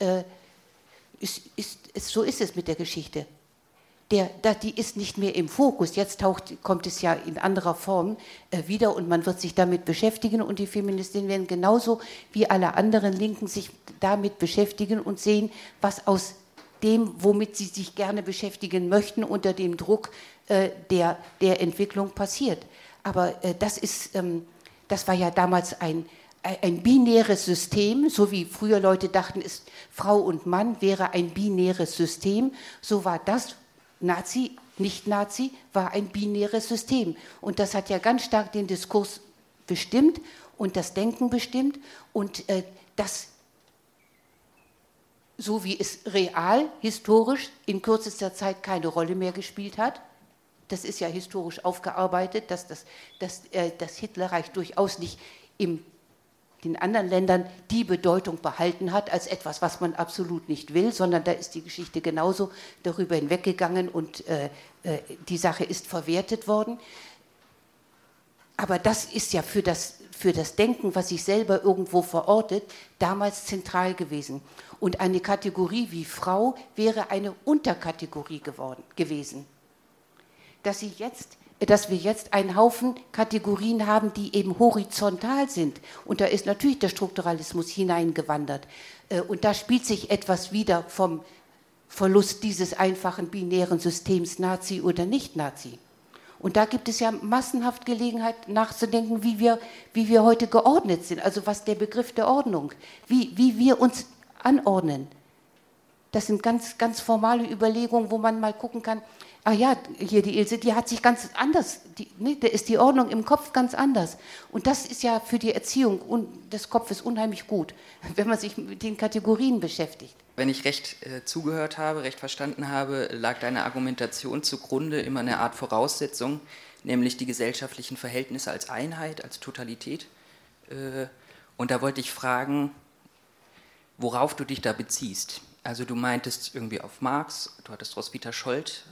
so ist es mit der Geschichte. Die ist nicht mehr im Fokus. Jetzt kommt es ja in anderer Form wieder und man wird sich damit beschäftigen und die Feministinnen werden genauso wie alle anderen Linken sich damit beschäftigen und sehen, was aus dem, womit sie sich gerne beschäftigen möchten, unter dem Druck der Entwicklung passiert. Aber das war ja damals ein binäres System, so wie früher Leute dachten, Frau und Mann wäre ein binäres System, so war das, Nazi, Nicht-Nazi, war ein binäres System. Und das hat ja ganz stark den Diskurs bestimmt und das Denken bestimmt und das, so wie es real, historisch, in kürzester Zeit keine Rolle mehr gespielt hat. Das ist ja historisch aufgearbeitet, dass das Hitlerreich durchaus nicht in anderen Ländern die Bedeutung behalten hat als etwas, was man absolut nicht will, sondern da ist die Geschichte genauso darüber hinweggegangen und die Sache ist verwertet worden. Aber das ist ja für das Denken, was sich selber irgendwo verortet, damals zentral gewesen. Und eine Kategorie wie Frau wäre eine Unterkategorie gewesen. Dass wir jetzt einen Haufen Kategorien haben, die eben horizontal sind. Und da ist natürlich der Strukturalismus hineingewandert. Und da spielt sich etwas wieder vom Verlust dieses einfachen binären Systems Nazi oder Nicht-Nazi. Und da gibt es ja massenhaft Gelegenheit nachzudenken, wie wir heute geordnet sind. Also was der Begriff der Ordnung, wie wir uns anordnen. Das sind ganz, ganz formale Überlegungen, wo man mal gucken kann, ah ja, hier die Ilse, die hat sich ganz anders, da ist die Ordnung im Kopf ganz anders. Und das ist ja für die Erziehung des Kopfes unheimlich gut, wenn man sich mit den Kategorien beschäftigt. Wenn ich recht zugehört habe, recht verstanden habe, lag deiner Argumentation zugrunde immer eine Art Voraussetzung, nämlich die gesellschaftlichen Verhältnisse als Einheit, als Totalität. Und da wollte ich fragen, worauf du dich da beziehst. Also du meintest irgendwie auf Marx, du hattest Roswitha Scholz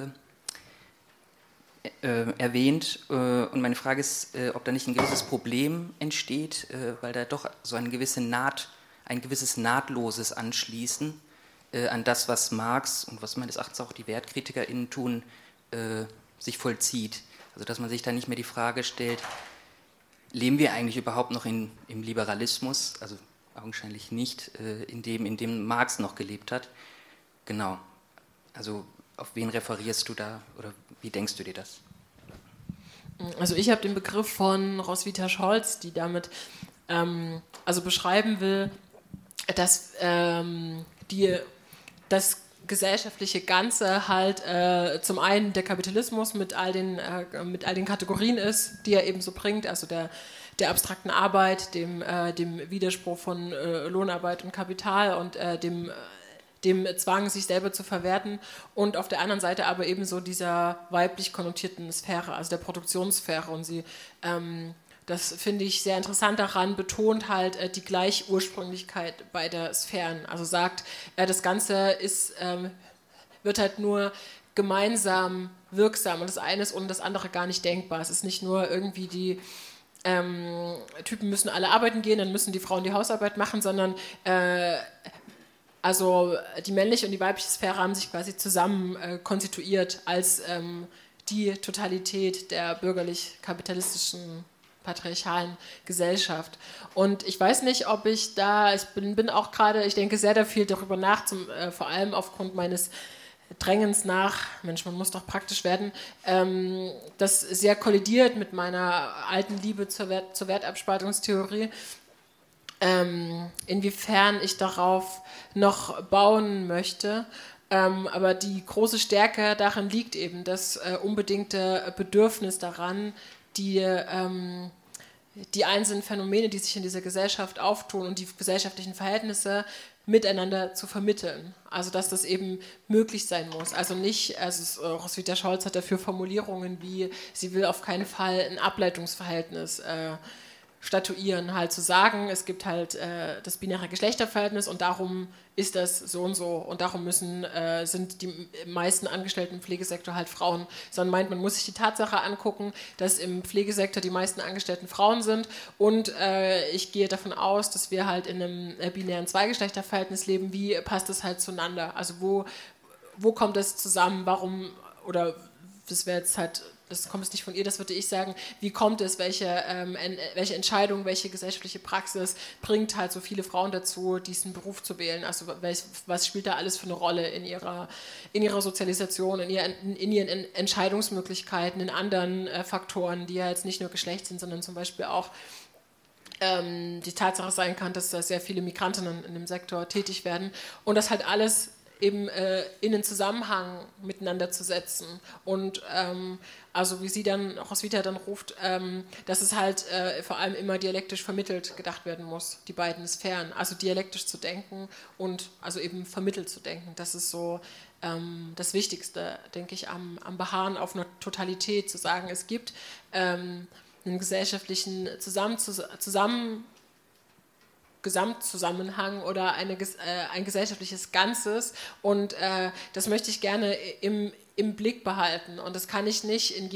erwähnt und meine Frage ist, ob da nicht ein gewisses Problem entsteht, weil da doch so ein gewisses nahtloses Anschließen an das, was Marx und was meines Erachtens auch die WertkritikerInnen tun, sich vollzieht. Also dass man sich da nicht mehr die Frage stellt, leben wir eigentlich überhaupt noch im Liberalismus, also augenscheinlich nicht, in dem Marx noch gelebt hat. Genau. Also auf wen referierst du da oder wie denkst du dir das? Also ich habe den Begriff von Roswitha Scholz, die damit beschreiben will, dass das gesellschaftliche Ganze halt zum einen der Kapitalismus mit all den Kategorien ist, die er eben so bringt, also der abstrakten Arbeit, dem Widerspruch von Lohnarbeit und Kapital und dem Zwang, sich selber zu verwerten und auf der anderen Seite aber eben so dieser weiblich konnotierten Sphäre, also der Produktionssphäre und sie, das finde ich sehr interessant daran, betont halt die Gleichursprünglichkeit beider Sphären, also sagt, das Ganze wird halt nur gemeinsam wirksam und das eine ist ohne das andere gar nicht denkbar. Es ist nicht nur irgendwie die Typen müssen alle arbeiten gehen, dann müssen die Frauen die Hausarbeit machen, sondern also die männliche und die weibliche Sphäre haben sich quasi zusammen konstituiert als die Totalität der bürgerlich-kapitalistischen patriarchalen Gesellschaft. Und ich weiß nicht, ob ich bin auch gerade, ich denke sehr viel darüber nach, vor allem aufgrund meines Drängens nach, Mensch, man muss doch praktisch werden, das sehr kollidiert mit meiner alten Liebe zur Wertabspaltungstheorie, inwiefern ich darauf noch bauen möchte. Aber die große Stärke darin liegt eben das unbedingte Bedürfnis daran, die einzelnen Phänomene, die sich in dieser Gesellschaft auftun und die gesellschaftlichen Verhältnisse miteinander zu vermitteln. Also dass das eben möglich sein muss. Also nicht, Roswitha Scholz hat dafür Formulierungen wie, sie will auf keinen Fall ein Ableitungsverhältnis statuieren, halt zu sagen, es gibt halt das binäre Geschlechterverhältnis und darum ist das so und so und darum sind die meisten Angestellten im Pflegesektor halt Frauen, sondern man muss sich die Tatsache angucken, dass im Pflegesektor die meisten Angestellten Frauen sind und ich gehe davon aus, dass wir halt in einem binären Zweigeschlechterverhältnis leben. Wie passt das halt zueinander? Also wo kommt das zusammen? Warum, oder das wäre jetzt halt, das kommt jetzt nicht von ihr, das würde ich sagen, wie kommt es, welche Entscheidung, welche gesellschaftliche Praxis bringt halt so viele Frauen dazu, diesen Beruf zu wählen? Also was spielt da alles für eine Rolle in ihrer Sozialisation, in ihren Entscheidungsmöglichkeiten, in anderen Faktoren, die ja jetzt nicht nur Geschlecht sind, sondern zum Beispiel auch die Tatsache sein kann, dass da sehr viele Migrantinnen in dem Sektor tätig werden und das halt alles eben in den Zusammenhang miteinander zu setzen und also wie Roswitha dann ruft, dass es halt vor allem immer dialektisch vermittelt gedacht werden muss, die beiden Sphären, also dialektisch zu denken und also eben vermittelt zu denken, das ist so das Wichtigste, denke ich, am Beharren auf einer Totalität, zu sagen, es gibt einen gesellschaftlichen Gesamtzusammenhang oder ein gesellschaftliches Ganzes und das möchte ich gerne im Blick behalten und das kann ich nicht in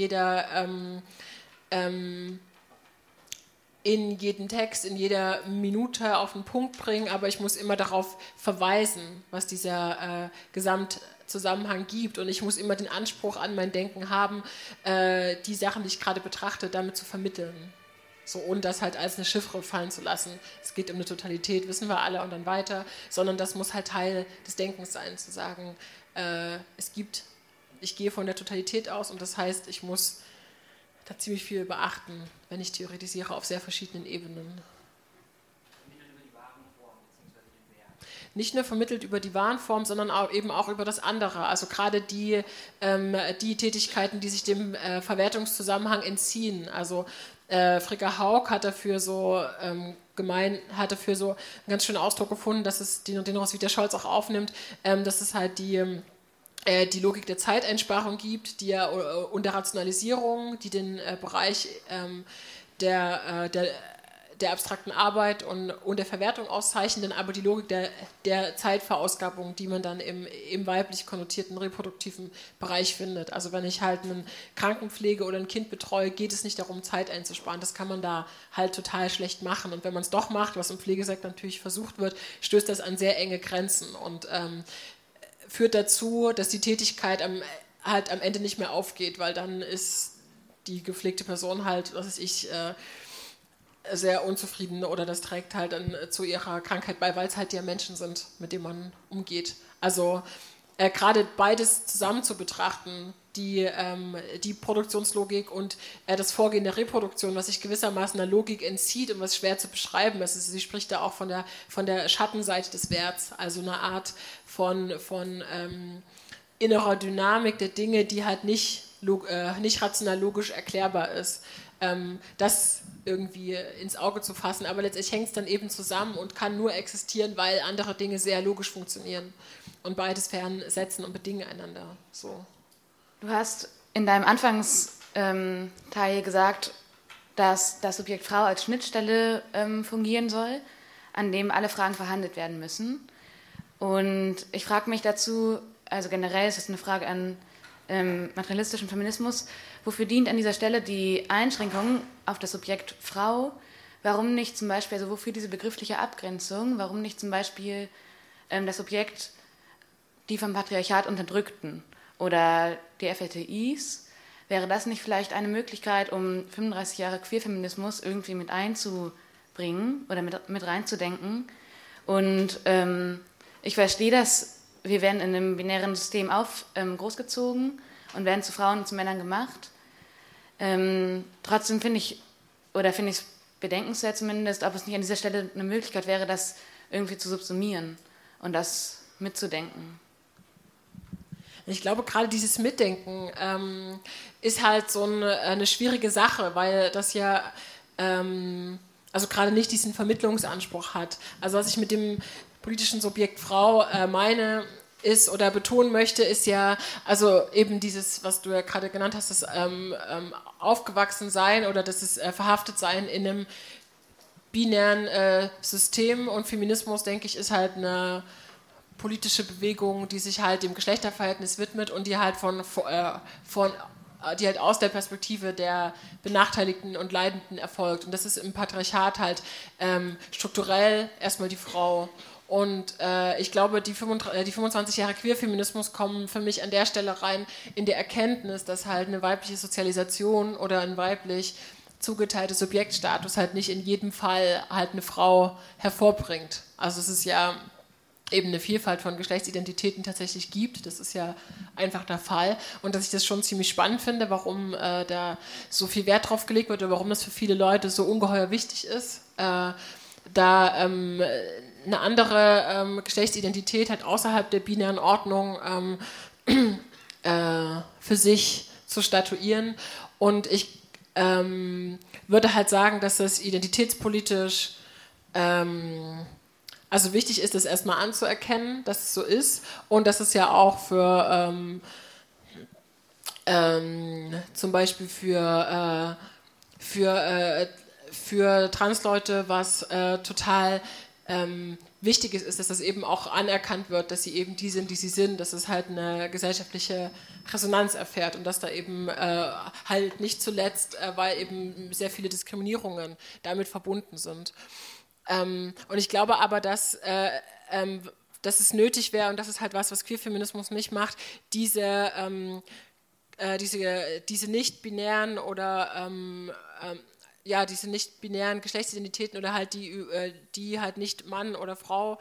jeden Text, in jeder Minute auf den Punkt bringen, aber ich muss immer darauf verweisen, was dieser Gesamtzusammenhang gibt und ich muss immer den Anspruch an mein Denken haben, die Sachen, die ich gerade betrachte, damit zu vermitteln. So, ohne das halt als eine Chiffre fallen zu lassen. Es geht um eine Totalität, wissen wir alle und dann weiter, sondern das muss halt Teil des Denkens sein, zu sagen, ich gehe von der Totalität aus und das heißt, ich muss da ziemlich viel beachten, wenn ich theoretisiere auf sehr verschiedenen Ebenen. Nicht nur vermittelt über die Warenform, sondern auch eben auch über das andere. Also gerade die Tätigkeiten, die sich dem Verwertungszusammenhang entziehen. Also Fricka Haug hat dafür so einen ganz schönen Ausdruck gefunden, dass es den Roswitha Scholz auch aufnimmt, dass es halt die Logik der Zeiteinsparung gibt, und der Rationalisierung, die den Bereich der abstrakten Arbeit und der Verwertung auszeichnen, aber die Logik der Zeitverausgabung, die man dann im weiblich konnotierten reproduktiven Bereich findet. Also wenn ich halt einen Krankenpflege oder ein Kind betreue, geht es nicht darum, Zeit einzusparen. Das kann man da halt total schlecht machen. Und wenn man es doch macht, was im Pflegesektor natürlich versucht wird, stößt das an sehr enge Grenzen und führt dazu, dass die Tätigkeit am Ende nicht mehr aufgeht, weil dann ist die gepflegte Person halt, sehr unzufrieden oder das trägt halt dann zu ihrer Krankheit bei, weil es halt ja Menschen sind, mit denen man umgeht. Also gerade beides zusammen zu betrachten, die Produktionslogik und das Vorgehen der Reproduktion, was sich gewissermaßen der Logik entzieht und was schwer zu beschreiben ist. Sie spricht da auch von der Schattenseite des Werts, also eine Art von innerer Dynamik der Dinge, die halt nicht rational logisch erklärbar ist. Das irgendwie ins Auge zu fassen, aber letztendlich hängt es dann eben zusammen und kann nur existieren, weil andere Dinge sehr logisch funktionieren und beide Sphären setzen und bedingen einander. So. Du hast in deinem Anfangsteil gesagt, dass das Subjekt Frau als Schnittstelle fungieren soll, an dem alle Fragen verhandelt werden müssen. Und ich frage mich dazu, also generell ist es eine Frage an materialistischen Feminismus, wofür dient an dieser Stelle die Einschränkung auf das Subjekt Frau? Warum nicht zum Beispiel, also wofür diese begriffliche Abgrenzung, warum nicht zum Beispiel das Subjekt die vom Patriarchat Unterdrückten oder die FLTIs? Wäre das nicht vielleicht eine Möglichkeit, um 35 Jahre Queerfeminismus irgendwie mit einzubringen oder mit reinzudenken? Und ich verstehe das, wir werden in einem binären System großgezogen und werden zu Frauen und zu Männern gemacht. Trotzdem finde ich es bedenkenswert zumindest, ob es nicht an dieser Stelle eine Möglichkeit wäre, das irgendwie zu subsumieren und das mitzudenken. Ich glaube, gerade dieses Mitdenken ist halt so eine schwierige Sache, weil das ja also gerade nicht diesen Vermittlungsanspruch hat. Also was ich mit dem politischen Subjekt Frau meine ist oder betonen möchte, ist ja also eben dieses, was du ja gerade genannt hast, das Aufgewachsensein oder das Verhaftetsein in einem binären System, und Feminismus, denke ich, ist halt eine politische Bewegung, die sich halt dem Geschlechterverhältnis widmet und die halt die halt aus der Perspektive der Benachteiligten und Leidenden erfolgt. Und das ist im Patriarchat halt strukturell erstmal die Frau. Und ich glaube, die 25 Jahre Queerfeminismus kommen für mich an der Stelle rein in der Erkenntnis, dass halt eine weibliche Sozialisation oder ein weiblich zugeteilter Subjektstatus halt nicht in jedem Fall halt eine Frau hervorbringt. Also es ist ja eben eine Vielfalt von Geschlechtsidentitäten tatsächlich gibt. Das ist ja einfach der Fall. Und dass ich das schon ziemlich spannend finde, warum da so viel Wert drauf gelegt wird oder warum das für viele Leute so ungeheuer wichtig ist, da eine andere Geschlechtsidentität halt außerhalb der binären Ordnung für sich zu statuieren. Und ich würde halt sagen, dass das identitätspolitisch also wichtig ist, das erstmal anzuerkennen, dass es so ist und dass es ja auch für zum Beispiel für Transleute was total wichtig ist, dass das eben auch anerkannt wird, dass sie eben die sind, die sie sind, dass es halt eine gesellschaftliche Resonanz erfährt und dass da eben halt nicht zuletzt, weil eben sehr viele Diskriminierungen damit verbunden sind. Und ich glaube aber, dass es nötig wäre, und das ist halt was Queerfeminismus nicht macht, diese nicht-binären oder diese nicht-binären Geschlechtsidentitäten oder halt die halt nicht Mann oder Frau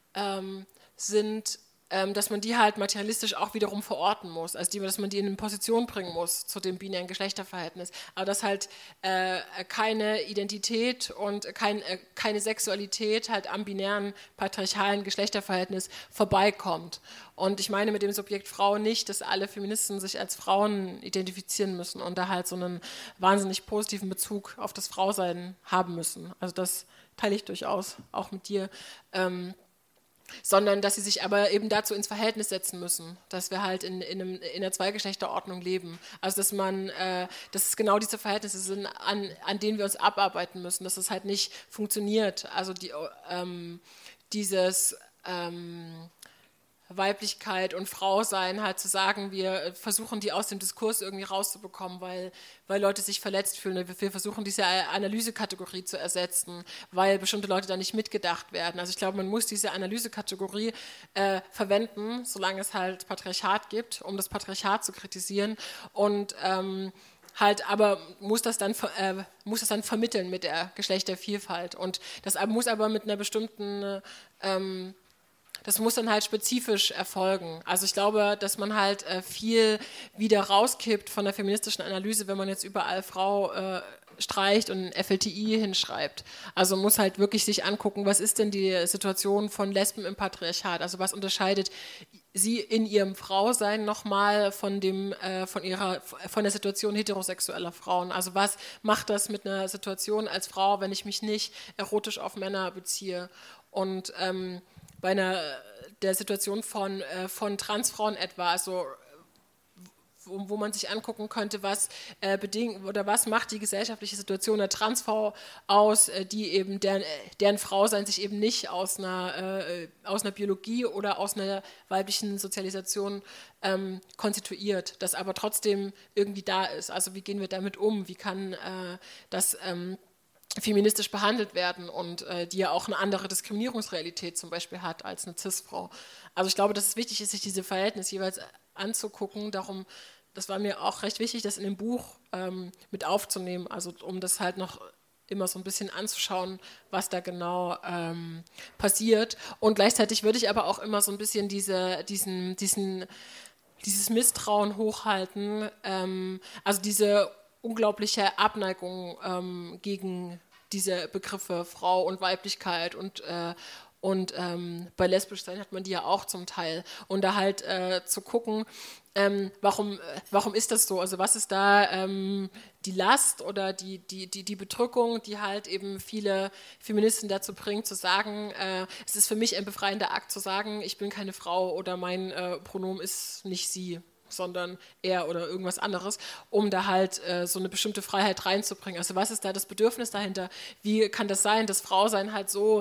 sind, dass man die halt materialistisch auch wiederum verorten muss, also dass man die in eine Position bringen muss zu dem binären Geschlechterverhältnis, aber dass halt keine Identität und keine Sexualität halt am binären patriarchalen Geschlechterverhältnis vorbeikommt. Und ich meine mit dem Subjekt Frau nicht, dass alle Feministen sich als Frauen identifizieren müssen und da halt so einen wahnsinnig positiven Bezug auf das Frausein haben müssen. Also das teile ich durchaus auch mit dir. Sondern dass sie sich aber eben dazu ins Verhältnis setzen müssen, dass wir halt in einer Zweigeschlechterordnung leben. Also dass es genau diese Verhältnisse sind, an denen wir uns abarbeiten müssen, dass es halt nicht funktioniert. Also dieses Weiblichkeit und Frausein halt zu sagen, wir versuchen die aus dem Diskurs irgendwie rauszubekommen, weil Leute sich verletzt fühlen. Wir versuchen diese Analysekategorie zu ersetzen, weil bestimmte Leute da nicht mitgedacht werden. Also ich glaube, man muss diese Analysekategorie verwenden, solange es halt Patriarchat gibt, um das Patriarchat zu kritisieren und aber muss das dann vermitteln mit der Geschlechtervielfalt. Und das muss aber mit einer bestimmten das muss dann halt spezifisch erfolgen. Also ich glaube, dass man halt viel wieder rauskippt von der feministischen Analyse, wenn man jetzt überall Frau streicht und FLTI hinschreibt. Also muss halt wirklich sich angucken, was ist denn die Situation von Lesben im Patriarchat? Also was unterscheidet sie in ihrem Frausein nochmal von der Situation heterosexueller Frauen? Also was macht das mit einer Situation als Frau, wenn ich mich nicht erotisch auf Männer beziehe? Und bei der Situation von Transfrauen etwa, also wo man sich angucken könnte, was bedingt oder was macht die gesellschaftliche Situation der Transfrau aus, die eben deren Frausein sich eben nicht aus einer Biologie oder aus einer weiblichen Sozialisation konstituiert, das aber trotzdem irgendwie da ist. Also wie gehen wir damit um? Wie kann das feministisch behandelt werden und die ja auch eine andere Diskriminierungsrealität zum Beispiel hat als eine Cis-Frau. Also ich glaube, dass es wichtig ist, sich diese Verhältnisse jeweils anzugucken. Darum, das war mir auch recht wichtig, das in dem Buch mit aufzunehmen, also um das halt noch immer so ein bisschen anzuschauen, was da genau passiert. Und gleichzeitig würde ich aber auch immer so ein bisschen dieses Misstrauen hochhalten, also diese unglaubliche Abneigung gegen diese Begriffe Frau und Weiblichkeit und bei Lesbischsein hat man die ja auch zum Teil. Und da halt zu gucken, warum ist das so? Also was ist da die Last oder die Bedrückung, die halt eben viele Feministen dazu bringt, zu sagen, es ist für mich ein befreiender Akt zu sagen, ich bin keine Frau oder mein Pronomen ist nicht sie, sondern er oder irgendwas anderes, um da halt so eine bestimmte Freiheit reinzubringen. Also was ist da das Bedürfnis dahinter? Wie kann das sein, dass Frausein halt so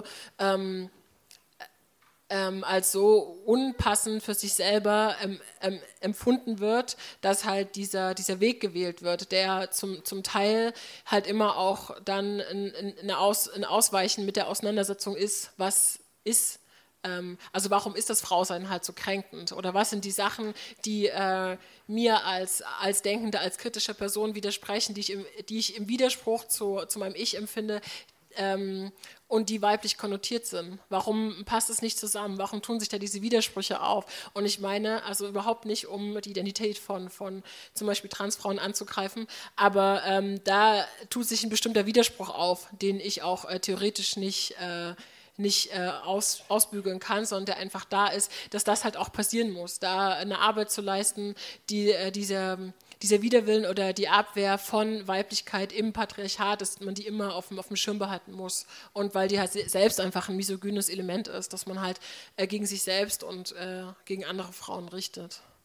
als so unpassend für sich selber empfunden wird, dass halt dieser Weg gewählt wird, der zum Teil halt immer auch dann ein Ausweichen mit der Auseinandersetzung ist, was ist. Also warum ist das Frausein halt so kränkend? Oder was sind die Sachen, die mir als denkende, als kritische Person widersprechen, die ich im Widerspruch zu meinem Ich empfinde, und die weiblich konnotiert sind. Warum passt es nicht zusammen? Warum tun sich da diese Widersprüche auf? Und ich meine, also überhaupt nicht, um die Identität von zum Beispiel Transfrauen anzugreifen, aber da tut sich ein bestimmter Widerspruch auf, den ich auch theoretisch nicht ausbügeln kann, sondern der einfach da ist, dass das halt auch passieren muss, da eine Arbeit zu leisten, die dieser Widerwillen oder die Abwehr von Weiblichkeit im Patriarchat, dass man die immer auf dem Schirm behalten muss und weil die halt selbst einfach ein misogynes Element ist, dass man halt gegen sich selbst und gegen andere Frauen richtet.